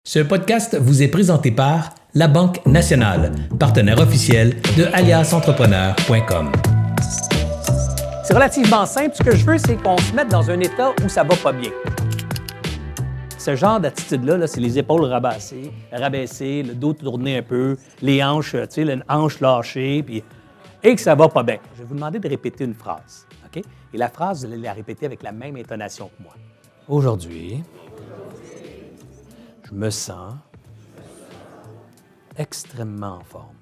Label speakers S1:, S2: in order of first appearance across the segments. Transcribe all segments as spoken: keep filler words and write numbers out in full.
S1: Ce podcast vous est présenté par La Banque Nationale, partenaire officiel de alias entrepreneur point com.
S2: C'est relativement simple. Ce que je veux, c'est qu'on se mette dans un état où ça va pas bien. Ce genre d'attitude-là, là, c'est les épaules rabaissées, rabaissées, le dos tourné un peu, les hanches, tu sais, les hanches lâchées, puis, et que ça va pas bien. Je vais vous demander de répéter une phrase, OK? Et la phrase, vous allez la répéter avec la même intonation que moi. Aujourd'hui, je me sens extrêmement en forme.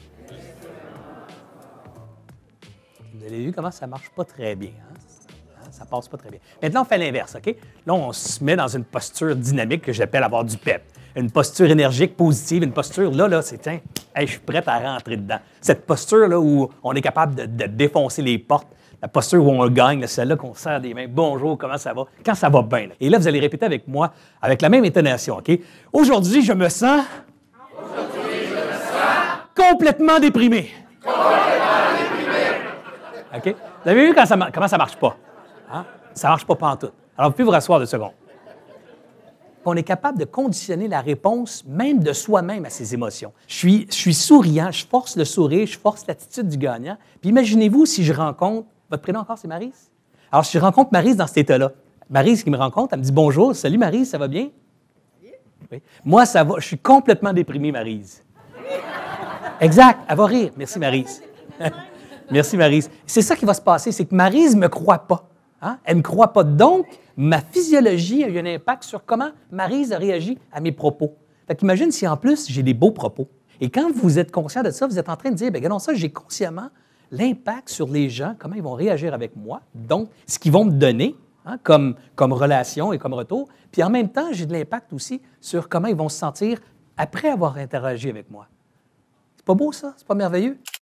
S2: Vous avez vu comment ça marche pas très bien, hein? Ça passe pas très bien. Maintenant, on fait l'inverse, OK? Là, on se met dans une posture dynamique que j'appelle avoir du pep. Une posture énergique, positive, une posture, là, là, c'est, tiens, hey, je suis prêt à rentrer dedans. Cette posture-là où on est capable de, de défoncer les portes, la posture où on gagne, celle-là qu'on serre des mains, bonjour, comment ça va? Quand ça va bien. Là. Et là, vous allez répéter avec moi, avec la même intonation, OK? Aujourd'hui, je me sens... Aujourd'hui, je me sens... Complètement déprimé. Complètement déprimé. OK? Vous avez vu quand ça, comment ça marche pas? Hein? Ça ne marche pas pantoute. Alors, vous pouvez vous rasseoir deux secondes. On est capable de conditionner la réponse même de soi-même à ses émotions. Je suis, je suis souriant, je force le sourire, je force l'attitude du gagnant. Puis imaginez-vous si je rencontre... Votre prénom encore, c'est Maryse? Alors, si je rencontre Maryse dans cet état-là, Maryse qui me rencontre, elle me dit « Bonjour, salut Maryse, ça va bien? » Oui. Moi, ça va. Je suis complètement déprimé, Maryse. Exact, elle va rire. Merci, Maryse. Merci, Maryse. C'est ça qui va se passer, c'est que Maryse ne me croit pas. Hein? Elle ne me croit pas. Donc, ma physiologie a eu un impact sur comment Maryse a réagi à mes propos. Fait qu'imagine si, en plus, j'ai des beaux propos. Et quand vous êtes conscient de ça, vous êtes en train de dire, bien, regardons ça, j'ai consciemment l'impact sur les gens, comment ils vont réagir avec moi, donc ce qu'ils vont me donner hein, comme, comme relation et comme retour. Puis en même temps, j'ai de l'impact aussi sur comment ils vont se sentir après avoir interagi avec moi. C'est pas beau, ça? C'est pas merveilleux?